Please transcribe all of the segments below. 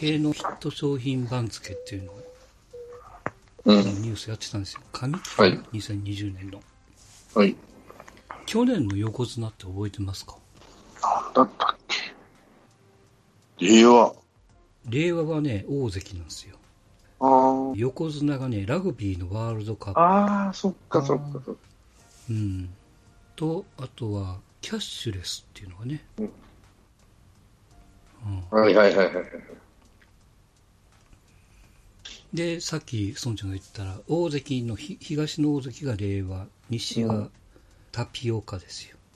系のヒット商品番付っていうのを、ニュースやってたんですよ。上期、はい、2020年の。 はい。 去年の横綱って覚えてますか？ なんだったっけ？令和はね、大関なんですよ。横綱がね、ラグビーのワールドカップ。 ああ、そっかそっかそっか。 うん。と、あとは、キャッシュレスっていうのがね。 はいはいはいはい。 で、さっき孫ちゃんが言ったら、大関の東の大関が令和、西がタピオカですよ。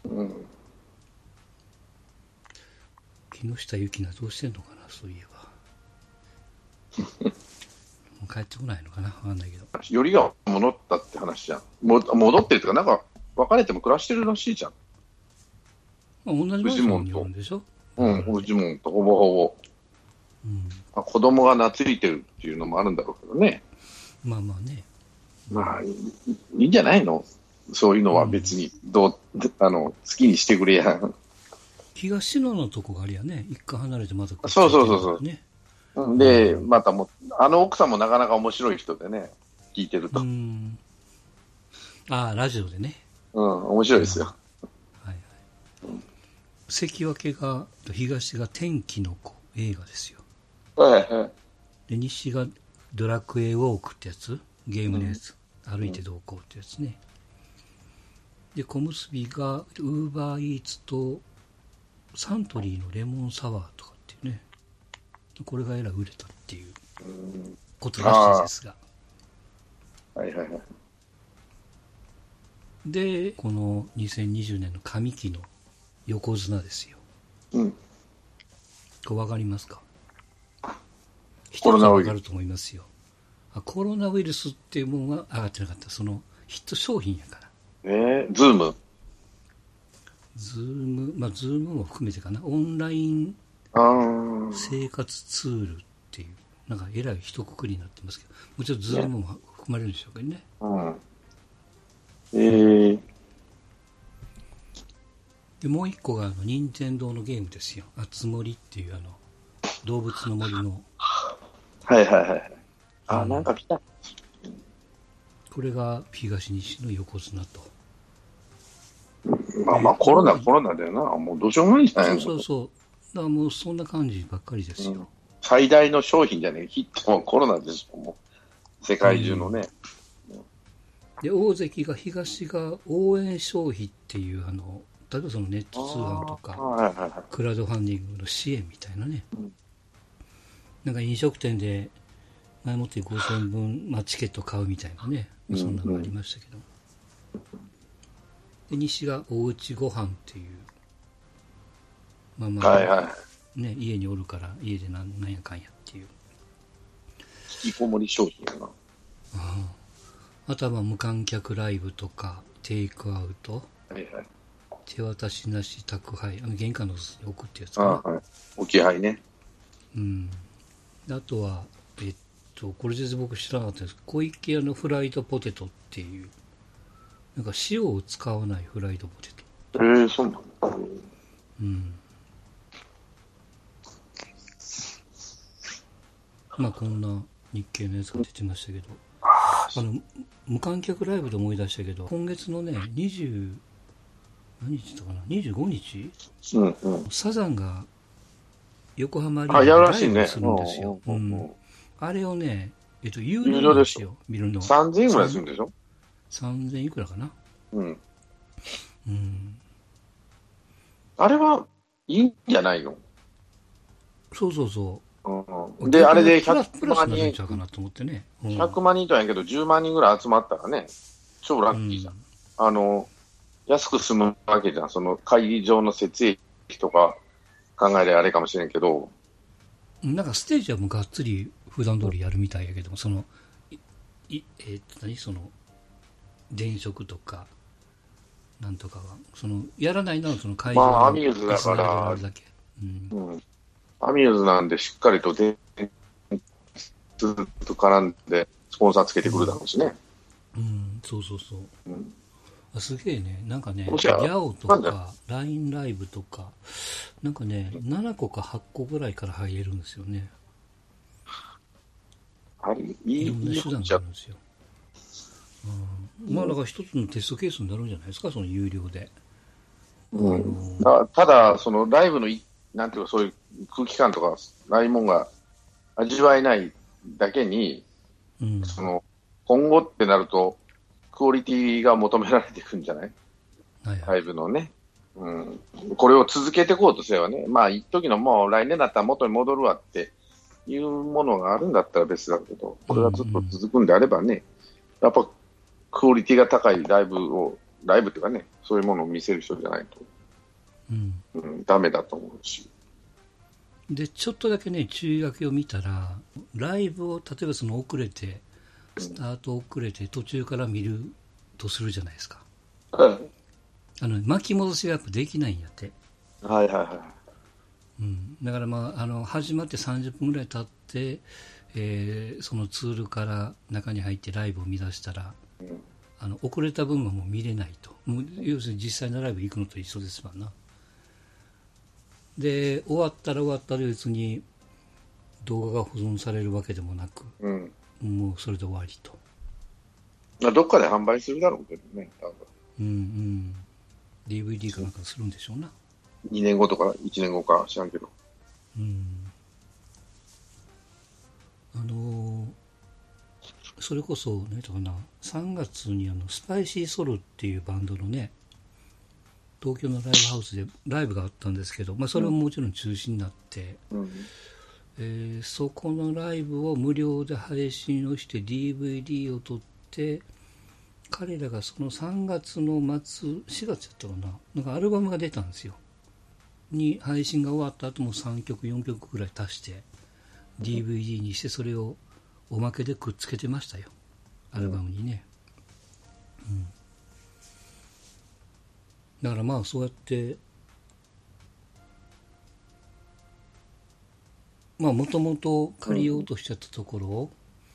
木下ゆきなどうしてんのかな、そういえば。もう帰ってこないのかな、わかんないけど。 よりが戻ったって話じゃん。戻ってるっていうか、なんか別れても暮らしてるらしいじゃん。 まあ、同じマンションにおるんでしょ。 フジモンとほぼほぼ。子供が懐いてるっていうのもあるんだろうけどね。 まあまあね。 まあ、いいんじゃないの？そういうのは別に、好きにしてくれや。 東野のとこがありやね。一回離れてまた、ね。 そう。で、また奥さんもなかなか面白い人でね、聞いてると。 ああ、ラジオでね。 面白いですよ。 はいはい。関脇が、東が天気の子、映画ですよ。 はいはい。 で、西がドラクエウォークってやつ、ゲームのやつ、歩いてどうこうってやつね。で、小結がウーバーイーツとサントリーのレモンサワーとかっていうね。これがえらい売れたっていうことらしいですが。 はいはいはい。 で、この2020年の上期の横綱ですよ。これ分かりますか？一つは分かると思いますよ。コロナウイルスっていうものが上がってなかった。そのヒット商品やから。 ズーム、 ズームも含めてかな。オンライン生活ツールっていう、なんかえらい一括りになってますけど、もちろんズームも含まれるんでしょうけどね。で、もう一個が任天堂のゲームですよ。あつ森っていう動物の森の。 はいはいはい。なんか来た。 これが東西の横綱と。 まあコロナだよな。もうどうしようもないんじゃないの？ そう。だからもうそんな感じばっかりですよ。 最大の商品じゃねえ。ヒットはコロナですよ。もう世界中のね。 で、大関が東が応援消費っていう、例えばそのネット通販とか、クラウドファンディングの支援みたいなね。なんか飲食店で前もって5000分、チケット買うみたいなね。そんなのがありましたけど。で、西がおうちご飯っていう。ね、家におるから家でなんやかんやっていう。 引きこもり商品やな。 あとは無観客ライブとかテイクアウト、手渡しなし宅配、玄関の置くってやつかな。 置き配ね。 あとはこれ全然僕知らなかったんですけど、小池屋のフライドポテトっていう、なんか塩を使わないフライドポテト。 そうなんだ。 こんな日系のやつが出てましたけど、無観客ライブで思い出したけど、今月のね、何日だかな、25日、サザンが横浜アリーナでライブするんですよ。あれをね、有料ですよ、見るの。 3000円ぐらいするんでしょ？ 3000円いくらかな。 あれはいいんじゃないの？ そう。 で、あれで 100万人ちゃうかなと思ってね。 100万人とはやけど、10万人ぐらい集まったらね、超ラッキーじゃん。安く済むわけじゃん。その会議場の設営費とか考えればあれかもしれんけど。 なんかステージはもうがっつり普段通りやるみたいやけども、電飾とか、なんとかは、やらないのはその会場のアミューズだから、アミューズなんでしっかりと電通と絡んでスポンサーつけてくるだろうしね。 そう。すげえね、なんかね、ギャオとか、LINE ライブとか、なんかね、7個か8個ぐらいから入れるんですよね。 いろんな手段があるんですよ。まあだから一つのテストケースになるんじゃないですか、その有料で。 ただ、そのライブのなんていうか、そういう空気感とか、ないもんが味わえないだけに、その今後ってなると、クオリティが求められていくんじゃない、ライブのね。これを続けていこうとすればね、まあ、一時のもう来年だったら元に戻るわっていうものがあるんだったら別だけど、これがずっと続くんであればね、やっぱクオリティが高いライブっていうかね、そういうものを見せる人じゃないと、ダメだと思うし。 で、ちょっとだけね、注意書きを見たら、ライブを例えばその遅れて、スタート遅れて途中から見るとするじゃないですか。巻き戻しがやっぱできないんやって。 はいはいはい。 だからまあ、始まって30分ぐらい経って、そのツールから中に入ってライブを見出したら、遅れた分はもう見れないと。もう要するに実際のライブ行くのと一緒ですわな。で、終わったら別に動画が保存されるわけでもなく、もうそれで終わりと。 どっかで販売するだろうけどね、多分。 DVD かなんかするんでしょうな。 2年後とか1年後か知らんけど。 それこそ、3月にスパイシーソルっていうバンドのね、東京のライブハウスでライブがあったんですけど、それももちろん中止になって、そこのライブを無料で配信をして DVD を撮って、彼らがその3月の末、4月やったかな、なんかアルバムが出たんですよ。に配信が終わった後も3曲、4曲ぐらい足して、DVD にしてそれをおまけでくっつけてましたよ。アルバムにね。だからまあそうやって、もともと借りようとしちゃったところを、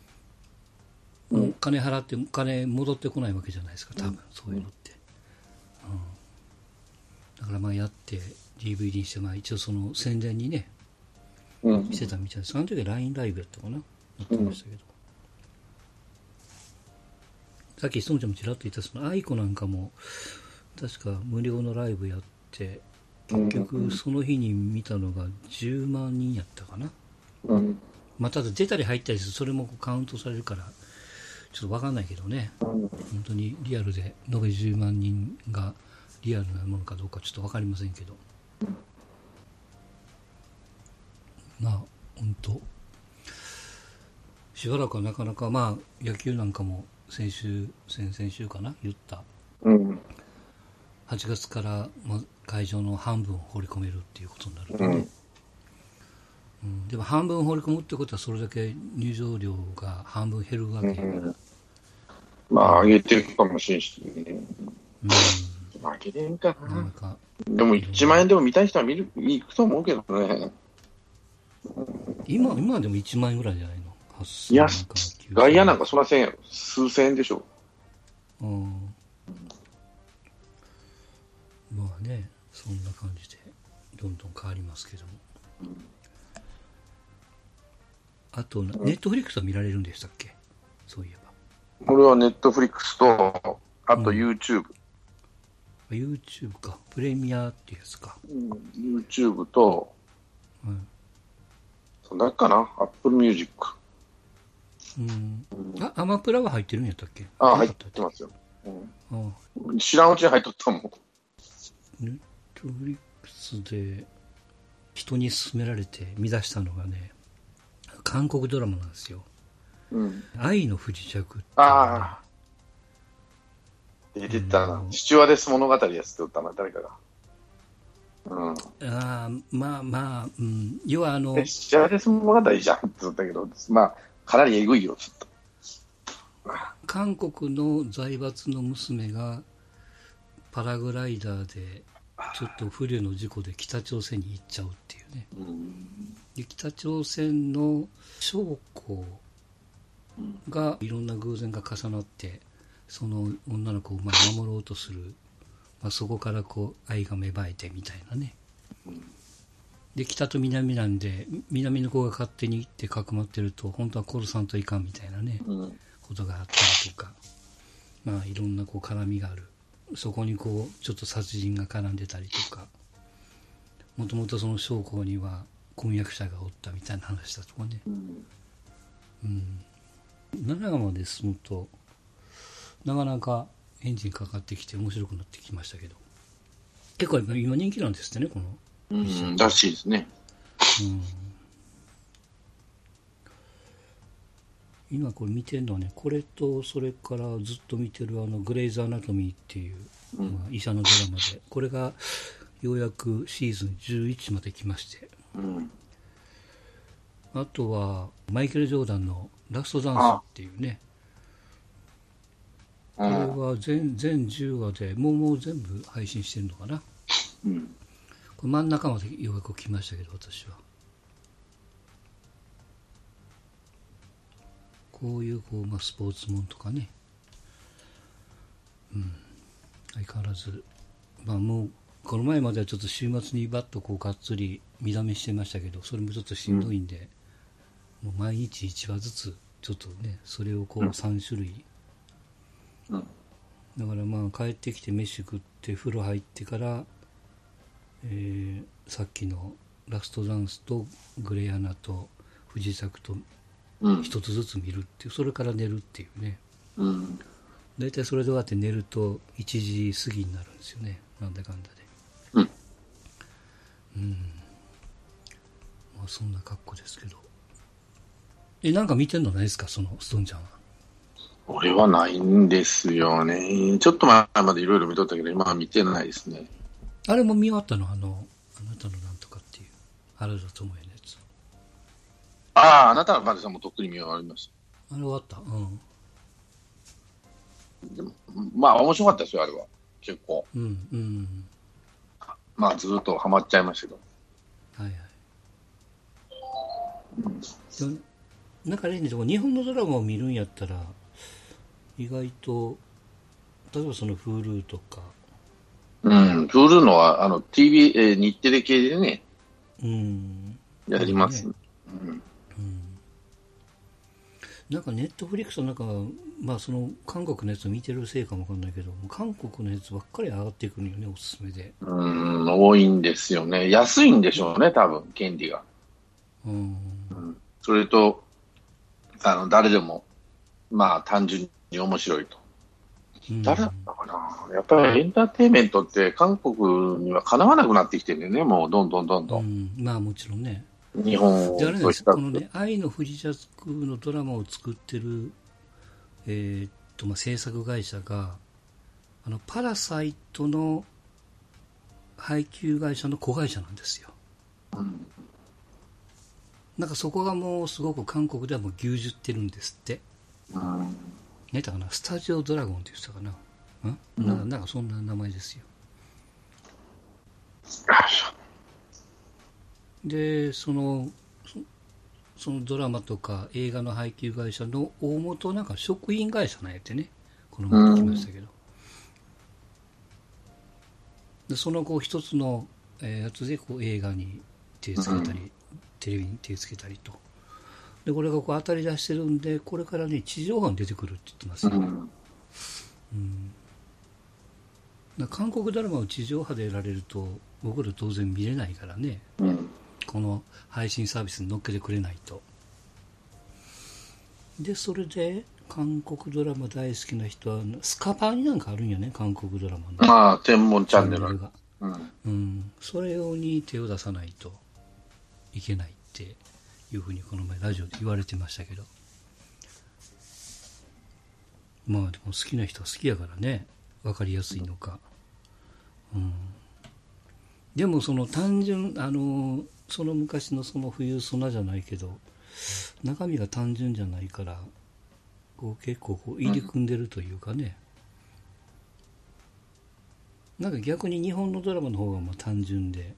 金払って金戻ってこないわけじゃないですか、多分そういうのって、だからやって DVD にして、一応その宣伝にね、してたみたいです。その時は LINE ライブやったかな、やってましたけど、さっきストーンちゃんもちらっと言ったそのアイコなんかも確か無料のライブやって、結局その日に見たのが10万人やったかな。ただ出たり入ったりする、それもカウントされるからちょっと分かんないけどね、本当にリアルで延べ10万人がリアルなものかどうかちょっと分かりませんけど、本当しばらくはなかなか、野球なんかも先々週かな言った、8月から、会場の半分を放り込めるっていうことになるとね、でも半分放り込むってことはそれだけ入場料が半分減るわけやから、 上げていくかもしれんしね。上げれんかな。でも1万円でも見たい人は行くと思うけどね。 今でも1万円ぐらいじゃないの。 いや、外野なんかそらせんやろ。数千円でしょ。 そんな感じでどんどん変わりますけども。あと、ネットフリックスは見られるんでしたっけ、そういえば。 これはネットフリックスと、あと YouTube。YouTube か。プレミアっていうやつか。 YouTube と、そんなかな、Apple Music。 アマプラは入ってるんやったっけ。 入ってますよ。知らんうちに入っとったもん。 ネットフリックスで人に勧められて見出したのがね、韓国ドラマなんですよ。愛の不時着っていう、 出てたな。スチュワーデス物語やつって言ったな、誰かが。 要はスチュワーデス物語じゃんって言ったけど、かなりえぐいよ、ちょっと。 韓国の財閥の娘がパラグライダーでちょっと不慮の事故で北朝鮮に行っちゃうっていうね。で北朝鮮の将校がいろんな偶然が重なってその女の子を守ろうとする、そこから愛が芽生えてみたいなね、 で北と南なんで南の子が勝手に行ってかくまってると本当は殺さんといかんみたいなね、ことがあったりとか、まあいろんなこう絡みがある。そこにこうちょっと殺人が絡んでたりとか、もともとその将校には婚約者がおったみたいな話だとかね。奈良まで進むとなかなかエンジンかかってきて面白くなってきましたけど、結構今人気なんですってね、この。 らしいですね。 今これ見てるのはね、これとそれからずっと見てるグレイズ・アナトミーっていう、医者のドラマで、これがようやくシーズン11まで来まして、あとはマイケル・ジョーダンのラストダンスっていうね、これは全10話でもう全部配信してるのかな。これ真ん中までようやく来ましたけど、私はこういうスポーツもんとかね、相変わらず、もうこの前まではちょっと週末にバッとがっつり見だめしてましたけど、それもちょっとしんどいんで、もう毎日1話ずつちょっとね、それを3種類、だから帰ってきて飯食って風呂入ってから、さっきのラストダンスとグレイアナと藤作と一つずつ見るっていう、それから寝るっていうね、大体それで終わって寝ると1時過ぎになるんですよね、なんだかんだで。そんな格好ですけど。なんか見てんのないですか、そのストーンちゃんは。 俺はないんですよね。ちょっと前までいろいろ見とったけど、今は見てないですね。 あれも見終わったの、あなたのなんとかっていう、原田知世のやつ。 あなたのバデさんもとっくに見終わりました。 あれ終わった。 でも面白かったですよ、あれは。結構。ずっとハマっちゃいましたけど。 なんかね、日本のドラマを見るんやったら、意外と、例えばその Hulu とか。 Hulu のは、TV、日テレ系でね、やりますね。 なんかネットフリックスのその韓国のやつを見てるせいかもわかんないけど、韓国のやつばっかり上がってくるよね、おすすめで。 多いんですよね。安いんでしょうね、多分、権利が。それと、誰でも、単純に面白いと。誰だったかな。やっぱりエンターテインメントって韓国にはかなわなくなってきてるんだよね、もうどんどん。 もちろんね。 日本としたこのね、愛の不時着のドラマを作ってる、制作会社が、パラサイトの配給会社の子会社なんですよ。なんかそこがもうすごく韓国ではもう牛耳ってるんですって。ね、だかな、スタジオドラゴンって言ってたかな。なんかそんな名前ですよ。で、そのドラマとか映画の配給会社の大元なんか食品会社なんやってね、この前聞きましたけど。でその一つのやつで映画に手つけたり、テレビに手つけたりと。でこれが当たり出してるんで、これからね地上波に出てくるって言ってますよ。韓国ドラマを地上波でやられると僕ら当然見れないからね、この配信サービスに乗っけてくれないと。でそれで韓国ドラマ大好きな人はスカパーになんかあるんよね、韓国ドラマの天文チャンネルが、 それ用に手を出さないといけないっていうふうにこの前ラジオで言われてましたけど、でも好きな人は好きやからね、分かりやすいのか。でもその単純その昔のその冬ソナじゃないけど、中身が単純じゃないから結構入り組んでるというかね、なんか逆に日本のドラマの方が単純で、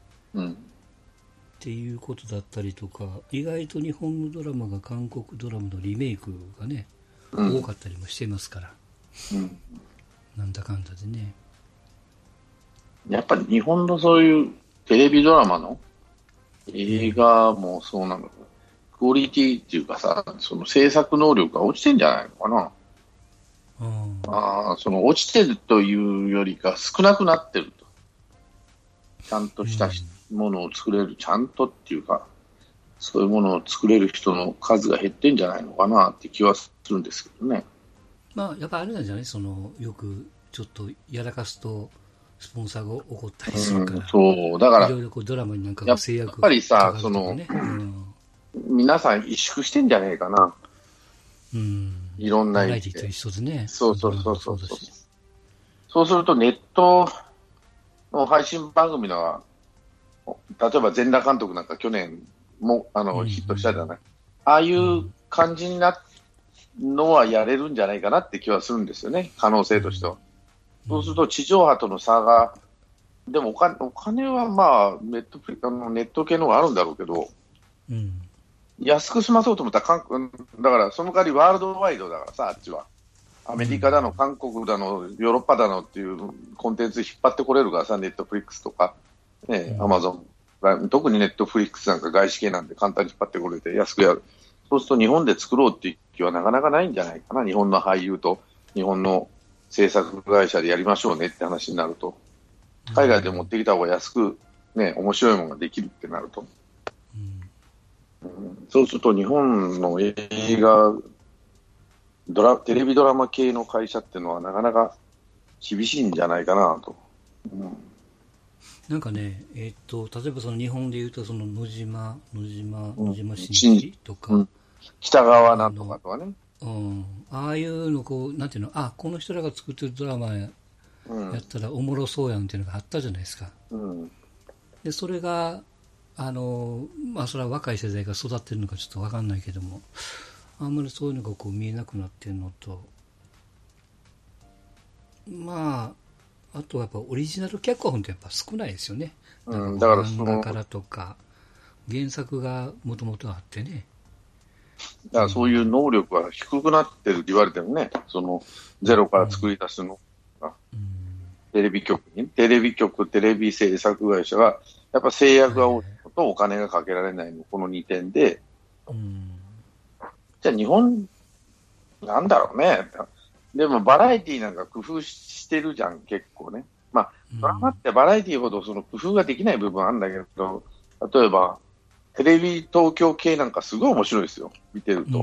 っていうことだったりとか、意外と日本のドラマが韓国ドラマのリメイクがね、多かったりもしてますから、なんだかんだでね。 やっぱり日本のそういうテレビドラマの映画もそうなの。クオリティっていうかさ、その制作能力が落ちてんじゃないのかな。その落ちてるというよりか少なくなってると。ちゃんとしたものを作れる、ちゃんとっていうか、そういうものを作れる人の数が減ってんじゃないのかなって気はするんですけどね。 まあ、やっぱあれなんじゃない、よくちょっとやらかすと、スポンサーが起こったりするから、 そう、だから、 いろいろこうドラマになんか制約やっぱりさ、 かかるとかね、 皆さん萎縮してんじゃねえかな。いろんなバラエティと一緒でね。 そう。そうするとネットの配信番組の、例えば全裸監督なんか去年もヒットしたじゃない。ああいう感じになるのはやれるんじゃないかなって気はするんですよね、可能性としては。そうすると地上波との差が、でもお金はまあネット系のがあるんだろうけど、安く済まそうと思ったらだからその代わりワールドワイドだからさ、あっちは。アメリカだの、韓国だの、ヨーロッパだのっていうコンテンツ引っ張ってこれるからさ、ネットフリックスとか、アマゾン、特にネットフリックスなんか外資系なんで簡単に引っ張ってこれて安くやる。そうすると日本で作ろうっていう気はなかなかないんじゃないかな。日本の俳優と日本の制作会社でやりましょうねって話になると。海外で持ってきた方が安く、面白いものができるってなると。そうすると日本の映画、テレビドラマ系の会社っていうのはなかなか厳しいんじゃないかなと。 なんかね、例えばその日本でいうと、その野島真一とか、 北川なんとかとかね。 ああいうのなんていうの、この人らが作ってるドラマやったらおもろそうやんっていうのがあったじゃないですか。で、それが、それは若い世代が育ってるのかちょっとわかんないけども、あんまりそういうのが見えなくなってるのと、あとはやっぱオリジナル脚本ってやっぱ少ないですよね。だから漫画からとか、原作がもともとあってね。 だからそういう能力が低くなってるって言われてもね、ゼロから作り出すのが、テレビ局、テレビ制作会社が、やっぱ制約が多いのとお金がかけられないの、この2点で、じゃあ日本、なんだろうね。でもバラエティなんか工夫してるじゃん、結構ね。ドラマってバラエティほどその工夫ができない部分あるんだけど、例えば、テレビ東京系なんかすごい面白いですよ、見てると。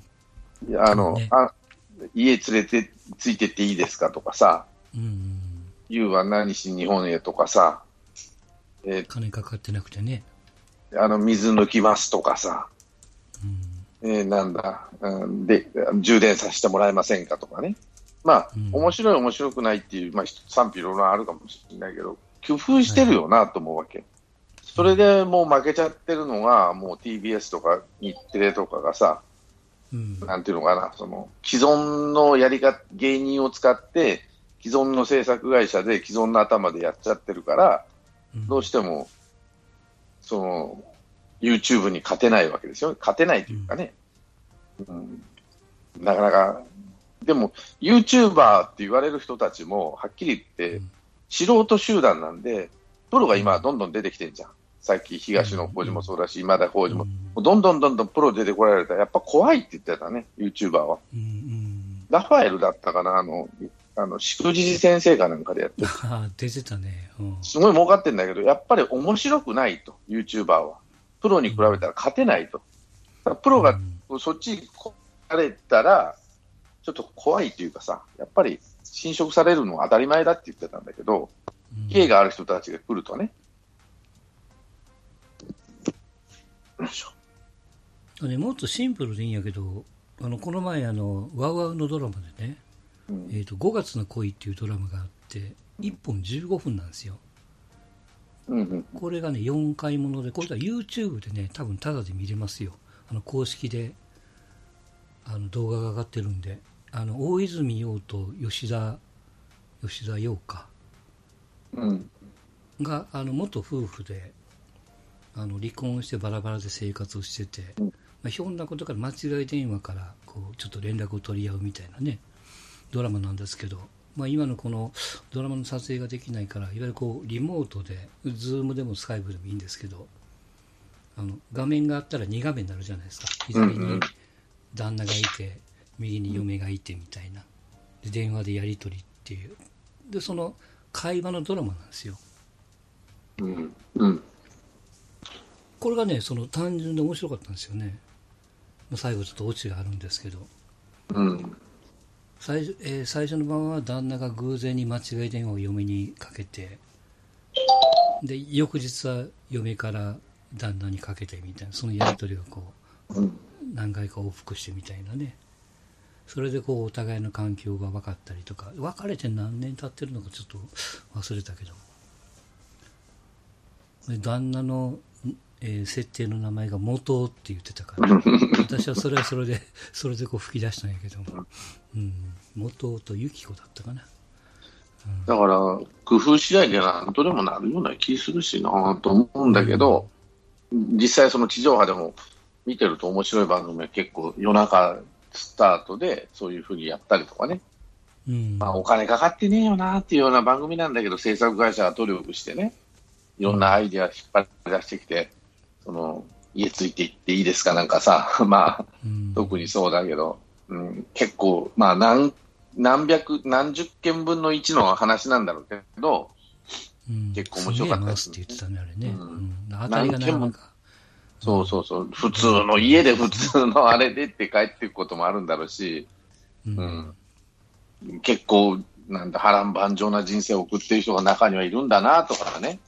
家連れてついてっていいですかとかさ、You は何しに日本へとかさ、 金かかってなくてね。 水抜きますとかさ、なんだ、で、充電させてもらえませんかとかね。面白い面白くないっていう、賛否両論あるかもしれないけど、工夫してるよなと思うわけ。それでもう負けちゃってるのが、もう TBS とか日テレとかがさ、なんていうのかな、既存の芸人を使って、既存の制作会社で既存の頭でやっちゃってるから、どうしても、YouTube に勝てないわけですよ。勝てないというかね。なかなか。でも、YouTuber って言われる人たちも、はっきり言って、素人集団なんで、プロが今どんどん出てきてるじゃん。さっき東野幸治もそうだし、今田耕司も、どんどんプロ出てこられたら、やっぱ怖いって言ってたね、YouTuber は。ラファエルだったかな、しくじじ先生かなんかでやってる。 出てたね。 すごい儲かってるんだけど、やっぱり面白くないと、YouTuber は。プロに比べたら勝てないと。プロがそっちに来られたら、ちょっと怖いというかさ、やっぱり侵食されるのは当たり前だって言ってたんだけど、芸がある人たちが来るとね。 もっとシンプルでいいんやけど、この前ワウワウのドラマでね、5月の恋っていうドラマがあって、1本15分なんですよ。これがね、4回もので、これは YouTube でね、多分タダで見れますよ。公式で動画が上がってるんで、大泉洋と吉田洋か、が元夫婦で離婚してバラバラで生活をしてて、ひょんなことから間違い電話からちょっと連絡を取り合うみたいなねドラマなんですけど、今のこのドラマの撮影ができないから、いわゆるリモートで Zoom でも Skype でもいいんですけど、 画面があったら2画面になるじゃないですか。左に旦那がいて、右に嫁がいてみたいな。で、電話でやり取りっていう。で、その会話のドラマなんですよ。これがね、単純で面白かったんですよね。最後ちょっとオチがあるんですけど。最初の晩は旦那が偶然に間違い電話を嫁にかけて、で、翌日は嫁から旦那にかけてみたいな、そのやり取りが何回か往復してみたいなね。それでお互いの環境が分かったりとか、別れて何年経ってるのかちょっと忘れたけど。で旦那の、設定の名前が元って言ってたから、私はそれで吹き出したんやけども、元とユキコだったかな。 だから、工夫次第でなんとでもなるような気するしなと思うんだけど、実際その地上波でも見てると面白い番組は結構夜中スタートでそういうふうにやったりとかね。お金かかってねえよなっていうような番組なんだけど、制作会社が努力してね、いろんなアイディア引っ張り出してきて、家ついていっていいですかなんかさ、特にそうだけど、結構、何十件分の1の話なんだろうけど、結構面白かったです。 すげえ回すって言ってたね、あれね。当たりがなかなか。 そう、普通の家で普通のあれでって帰っていくこともあるんだろうし、結構、波乱万丈な人生を送っている人が中にはいるんだなとかね。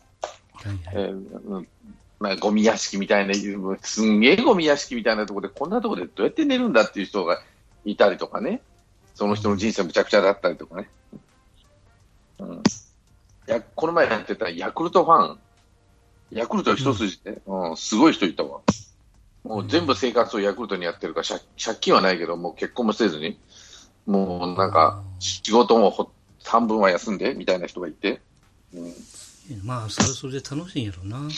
ゴミ屋敷みたいな、すんげえゴミ屋敷みたいなところで、こんなところでどうやって寝るんだっていう人がいたりとかね、その人の人生むちゃくちゃだったりとかね。この前やってたヤクルトファン、ヤクルト一筋で、すごい人いたわ。もう全部生活をヤクルトにやってるから、借金はないけど、もう結婚もせずに、もう仕事も半分は休んでみたいな人がいて。 それで楽しいんやろな、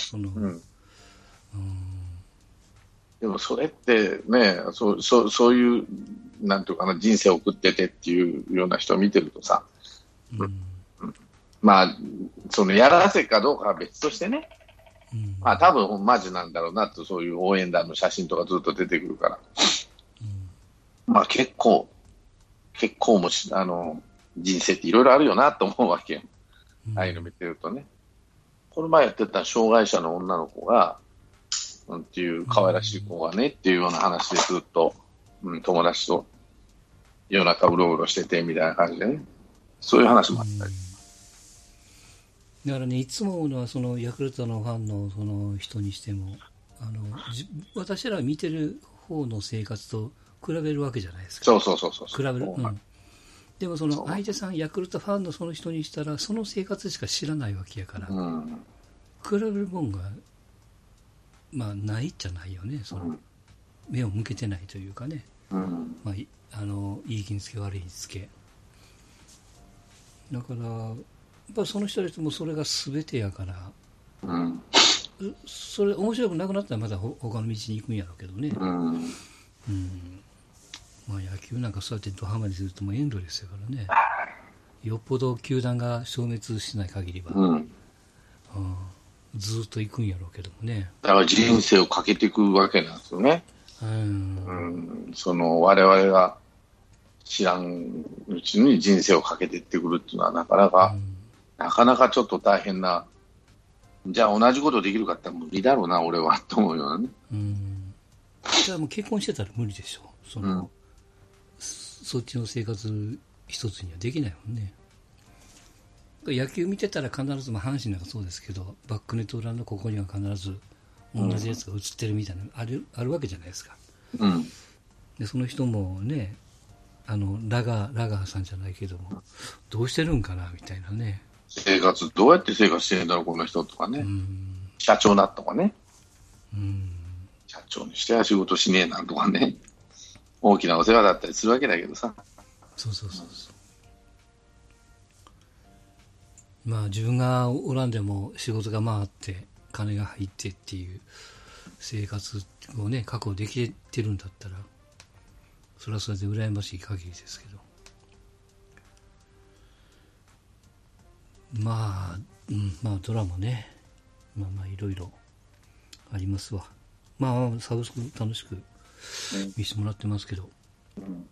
でもそれってね、そういう、なんていうかな、人生を送っててっていうような人を見てるとさ、やらせかどうかは別としてね、多分マジなんだろうなと、そういう応援団の写真とかずっと出てくるから、結構人生っていろいろあるよなと思うわけよ。ああいうの見てるとね。この前やってた障害者の女の子が、っていう可愛らしい子がねっていうような話でずっと、友達と夜中うろうろしててみたいな感じでね、そういう話もあったり。 だからね、いつものそのヤクルトのファンのその人にしても、私ら見てる方の生活と比べるわけじゃないですか。 そう。 比べる。でもその相手さん、ヤクルトファンのその人にしたら、その生活しか知らないわけやから、比べるもんが、ないっちゃないよね。目を向けてないというかね。いい気につけ悪いにつけ。だから、やっぱその人たちもそれが全てやから、それ面白くなくなったらまた他の道に行くんやろうけどね。野球なんかそうやってドハマりするともうエンドレスやからね。よっぽど球団が消滅しない限りは、ずっと行くんやろうけどもね。 だから人生をかけていくわけなんですよね。我々が知らんうちに人生をかけていってくるっていうのはなかなかちょっと大変な。じゃあ同じことできるかって無理だろうな俺はと思うようなね。 じゃあもう結婚してたら無理でしょ。そっちの生活一つにはできないもんね。野球見てたら必ず、阪神なんかそうですけど、バックネット裏のここには必ず同じやつが映ってるみたいなのあるわけじゃないですか。でその人もね、ラガーさんじゃないけども、どうしてるんかなみたいなね。 どうやって生活してるんだろうこの人とかね。社長だとかね。社長にしては仕事しねえなとかね。大きなお世話だったりするわけだけどさ。 そう。自分がおらんでも仕事が回って金が入ってっていう生活をね確保できてるんだったら、それはそれで羨ましい限りですけど、ドラマね、いろいろありますわ。 まあ、サブスク楽しく見せてもらってますけど。 うん